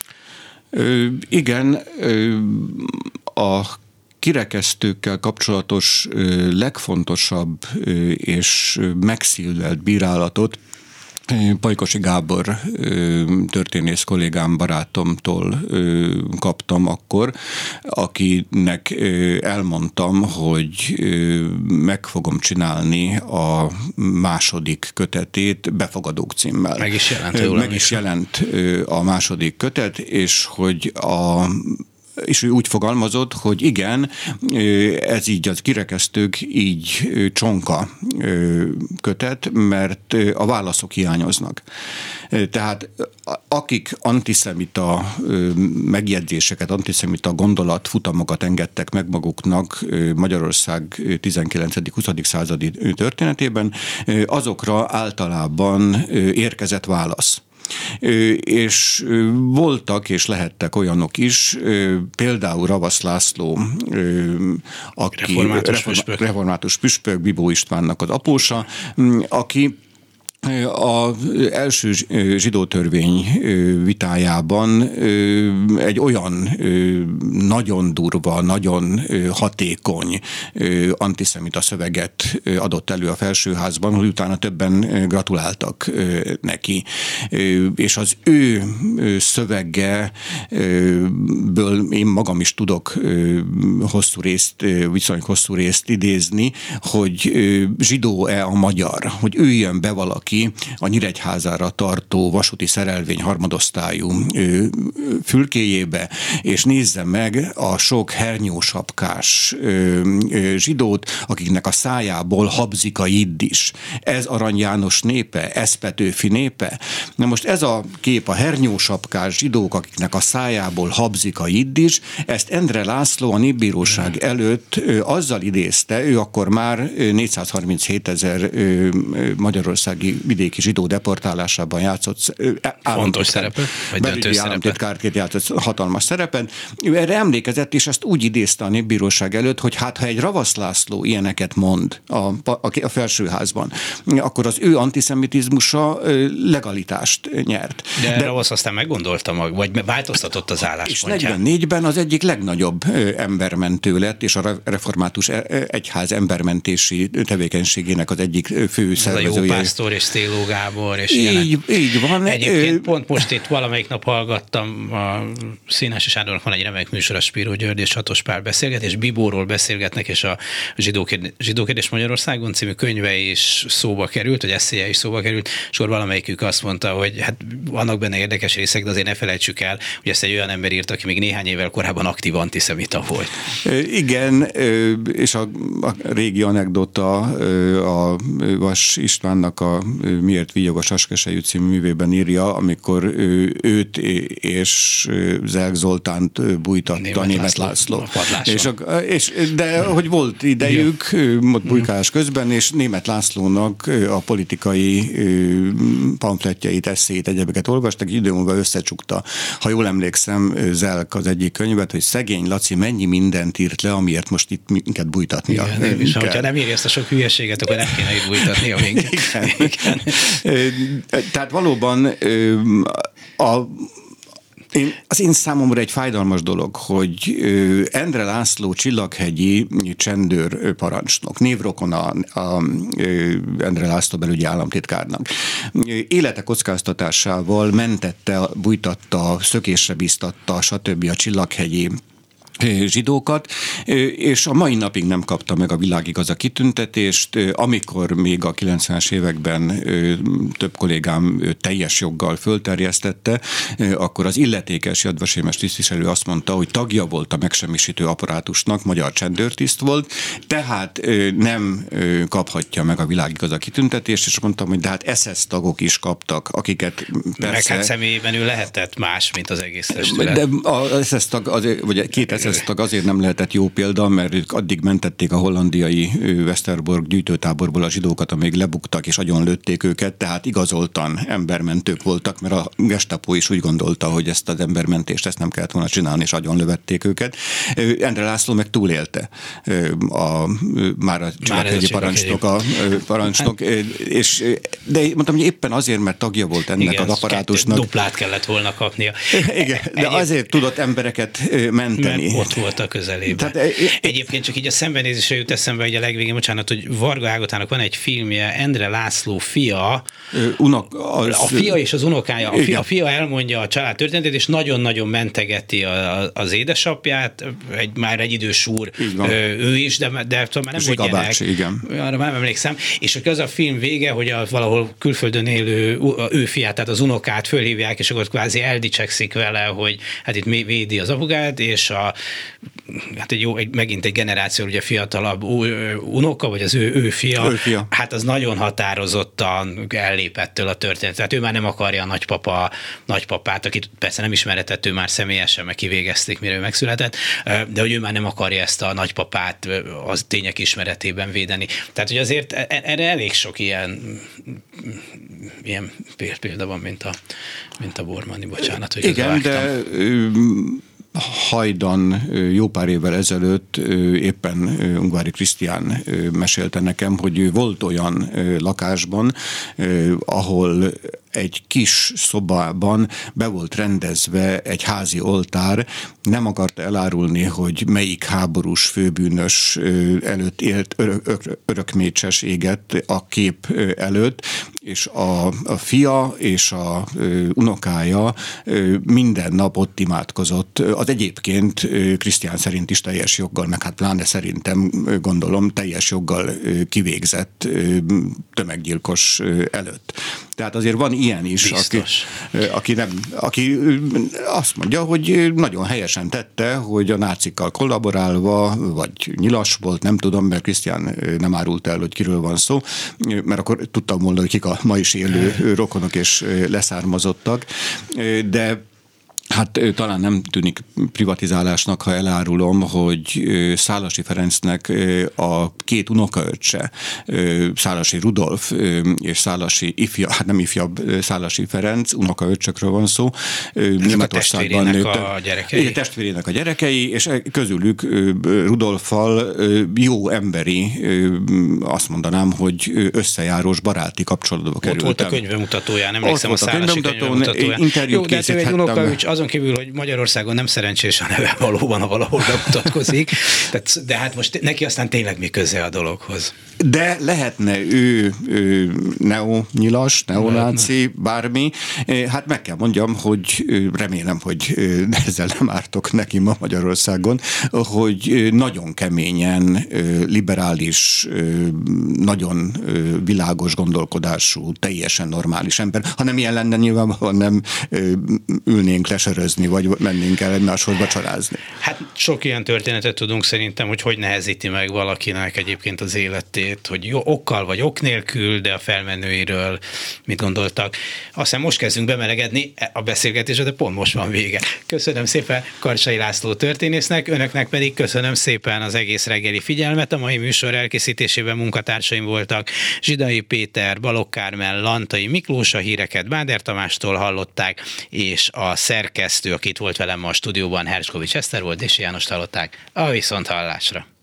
Igen, a kirekesztőkkel kapcsolatos legfontosabb és megszívlelt bírálatot Pajkosi Gábor történész kollégám, barátomtól kaptam akkor, akinek elmondtam, hogy meg fogom csinálni a második kötetét Befogadók címmel. Meg is jelent a második kötet, és hogy és ő úgy fogalmazott, hogy igen, ez így az Kirekesztők így csonka kötet, mert a válaszok hiányoznak. Tehát akik antiszemita megjegyzéseket, antiszemita gondolatfutamokat engedtek meg maguknak Magyarország 19.-20. századi történetében, azokra általában érkezett válasz. És voltak és lehettek olyanok is, például Ravasz László, aki református püspök, Bibó Istvánnak az apósa, aki Az első zsidó törvény vitájában egy olyan nagyon durva, nagyon hatékony antiszemita szöveget adott elő a felsőházban, hogy utána többen gratuláltak neki. És az ő szövegeből én magam is tudok viszonylag hosszú részt idézni, hogy zsidó-e a magyar, hogy üljön be valaki a Nyíregyházára tartó vasúti szerelvény harmadosztályú fülkéjébe, és nézze meg a sok hernyósapkás zsidót, akiknek a szájából habzik a jiddis. Ez Arany János népe, ez Petőfi népe. Na most ez a kép, a hernyósapkás zsidók, akiknek a szájából habzik a jiddis, ezt Endre László a Népbíróság előtt azzal idézte, ő akkor már 437 000 magyarországi vidéki zsidó deportálásában játszott fontos szerepet, vagy döntő államtitkárként játszott hatalmas szerepet. Ő erre emlékezett, és ezt úgy idézte a Népbíróság előtt, hogy hát ha egy Ravasz László ilyeneket mond a felsőházban, akkor az ő antiszemitizmusa legalitást nyert. De Ravasz aztán meggondolta vagy változtatott az álláspontját. És 44-ben az egyik legnagyobb embermentő lett, és a református egyház embermentési tevékenységének az egyik fő szervezője. A Pásztor és Széló Gábor, és így van. Egyébként pont most itt valamelyik nap hallgattam, a Színási Sándornak van egy remek műsor, a Spiró György és Hatos Pál beszélget, és Bibóról beszélgetnek, és a Zsidókérdés Magyarországon című könyve is szóba került, vagy eszéje is szóba került, és akkor valamelyikük azt mondta, hogy hát vannak benne érdekes részek, de azért ne felejtsük el, hogy ezt egy olyan ember írt, aki még néhány évvel korábban aktív antiszemita volt. Igen, és a régi anekdota a Vas Istvánnak a Miért vígyog a Saskeselyű című művében írja, amikor őt és Zelk Zoltánt bújtatta Németh László. De hogy volt idejük bujkálás közben, és Németh Lászlónak a politikai pamfletjeit, eszéit, egyebeket olvastak, idő múlva összecsukta. Ha jól emlékszem, Zelk az egyik könyvet, hogy szegény Laci mennyi mindent írt le, amiért most itt minket bújtatnia. Igen, és ha nem írja ezt a sok hülyeséget, akkor nem kéne itt bújtatnia minket. Igen. Tehát valóban az én számomra egy fájdalmas dolog, hogy Endre László csillaghegyi csendőr parancsnok, névrokona a Endre László belügyi államtitkárnak. Élete kockáztatásával mentette, bújtatta, szökésre bíztatta, stb. A csillaghegyi zsidókat, és a mai napig nem kapta meg a Világigaza kitüntetést, amikor még a 90-es években több kollégám teljes joggal fölterjesztette, akkor az illetékes jadvasémes tisztviselő azt mondta, hogy tagja volt a megsemmisítő apparátusnak, magyar csendőrtiszt volt, tehát nem kaphatja meg a Világigaza kitüntetést, és mondtam, hogy de hát SS tagok is kaptak, akiket persze... Meg hát személyében ő lehetett más, mint az egész testület. De a SS tag, vagy két SS tag azért nem lehetett jó példa, mert ők addig mentették a hollandiai Westerbork gyűjtőtáborból a zsidókat, amíg lebuktak és agyonlőtték őket, tehát igazoltan embermentők voltak, mert a Gestapo is úgy gondolta, hogy ezt az embermentést ezt nem kellett volna csinálni, és agyonlövették őket. Endre László meg túlélte már a csillaghegyi parancsnok, de mondtam, hogy éppen azért, mert tagja volt ennek igen, az apparátusnak. Duplát kellett volna kapnia. Igen, de azért tudott embereket menteni. Ott volt a közelében. Egyébként csak így a szembenézésre jut eszembe, hogy a legvégén, bocsánat, hogy Varga Ágotának van egy filmje, Endre László fia, a fia és az unokája. A fia elmondja a család történetét, és nagyon-nagyon mentegeti az édesapját, már egy idős úr, ő is, de már nem volt gyerek. Arra már emlékszem. És az a film vége, hogy valahol külföldön élő ő fiát, tehát az unokát fölhívják, és akkor kvázi eldicsekszik vele, hogy hát itt védi az apukát, és hát megint egy generáció, ugye fiatalabb unoka, vagy az ő fia, hát az nagyon határozottan ellépett a történet. Tehát ő már nem akarja a nagypapát, akit persze nem ismeretett, ő már személyesen, meg kivégezték, mire ő megszületett, de hogy ő már nem akarja ezt a nagypapát az tények ismeretében védeni. Tehát, hogy azért erre elég sok ilyen példa van, mint a Bormanni, bocsánat, hogy igen, de hajdan jó pár évvel ezelőtt éppen Ungvári Krisztián mesélte nekem, hogy ő volt olyan lakásban, ahol egy kis szobában be volt rendezve egy házi oltár, nem akarta elárulni, hogy melyik háborús főbűnös előtt élt, örökmécses égett a kép előtt, és a fia és a unokája minden nap ott imádkozott. Az egyébként Krisztián szerint is teljes joggal, meg hát pláne szerintem, gondolom, teljes joggal kivégzett tömeggyilkos előtt. Tehát azért van ilyen is, aki azt mondja, hogy nagyon helyesen tette, hogy a nácikkal kollaborálva, vagy nyilas volt, nem tudom, mert Krisztián nem árult el, hogy kiről van szó, mert akkor tudtam volna, hogy kik a ma is élő rokonok és leszármazottak, de hát talán nem tűnik privatizálásnak, ha elárulom, hogy Szálasi Ferencnek a két unokaöccse, Szálasi Rudolf és Szálasi nem ifjabb Szálasi Ferenc, unokaöccsökről van szó. Németországban a gyerekei. Testvérének a gyerekei, és közülük Rudolffal jó emberi, azt mondanám, hogy összejárós baráti kapcsolatba kerültem. Ott volt a könyvemutatóján, emlékszem a Szálasi könyvemutatóján. Interjút készíthettem. Azon kívül, hogy Magyarországon nem szerencsés a neve, valóban valahol bemutatkozik, de hát most neki aztán tényleg mi köze a dologhoz. De lehetne ő neonyilas, neonáci, bármi. Hát meg kell mondjam, hogy remélem, hogy ezzel nem ártok neki ma Magyarországon, hogy nagyon keményen liberális, nagyon világos gondolkodású, teljesen normális ember. Ha nem ilyen lenne, nyilvánvalóan nem ülnénk lesörözni, vagy mennénk el egymáshoz vacsorázni. Hát sok ilyen történetet tudunk szerintem, hogy nehezíti meg valakinek egyébként az életét, hogy jó, okkal vagy ok nélkül, de a felmenőiről mit gondoltak. Aztán most kezdünk bemelegedni a beszélgetésre, de pont most van vége. Köszönöm szépen Karcsai László történésznek, önöknek pedig köszönöm szépen az egész reggeli figyelmet. A mai műsor elkészítésében munkatársaim voltak Zsidai Péter, Balogh Kármen, Lantai Miklós, a híreket Báder Tamástól hallották, és a szerkesztő, aki itt volt velem ma a stúdióban, Herskovics Eszter volt, és Jánost hallották. A viszonthallásra.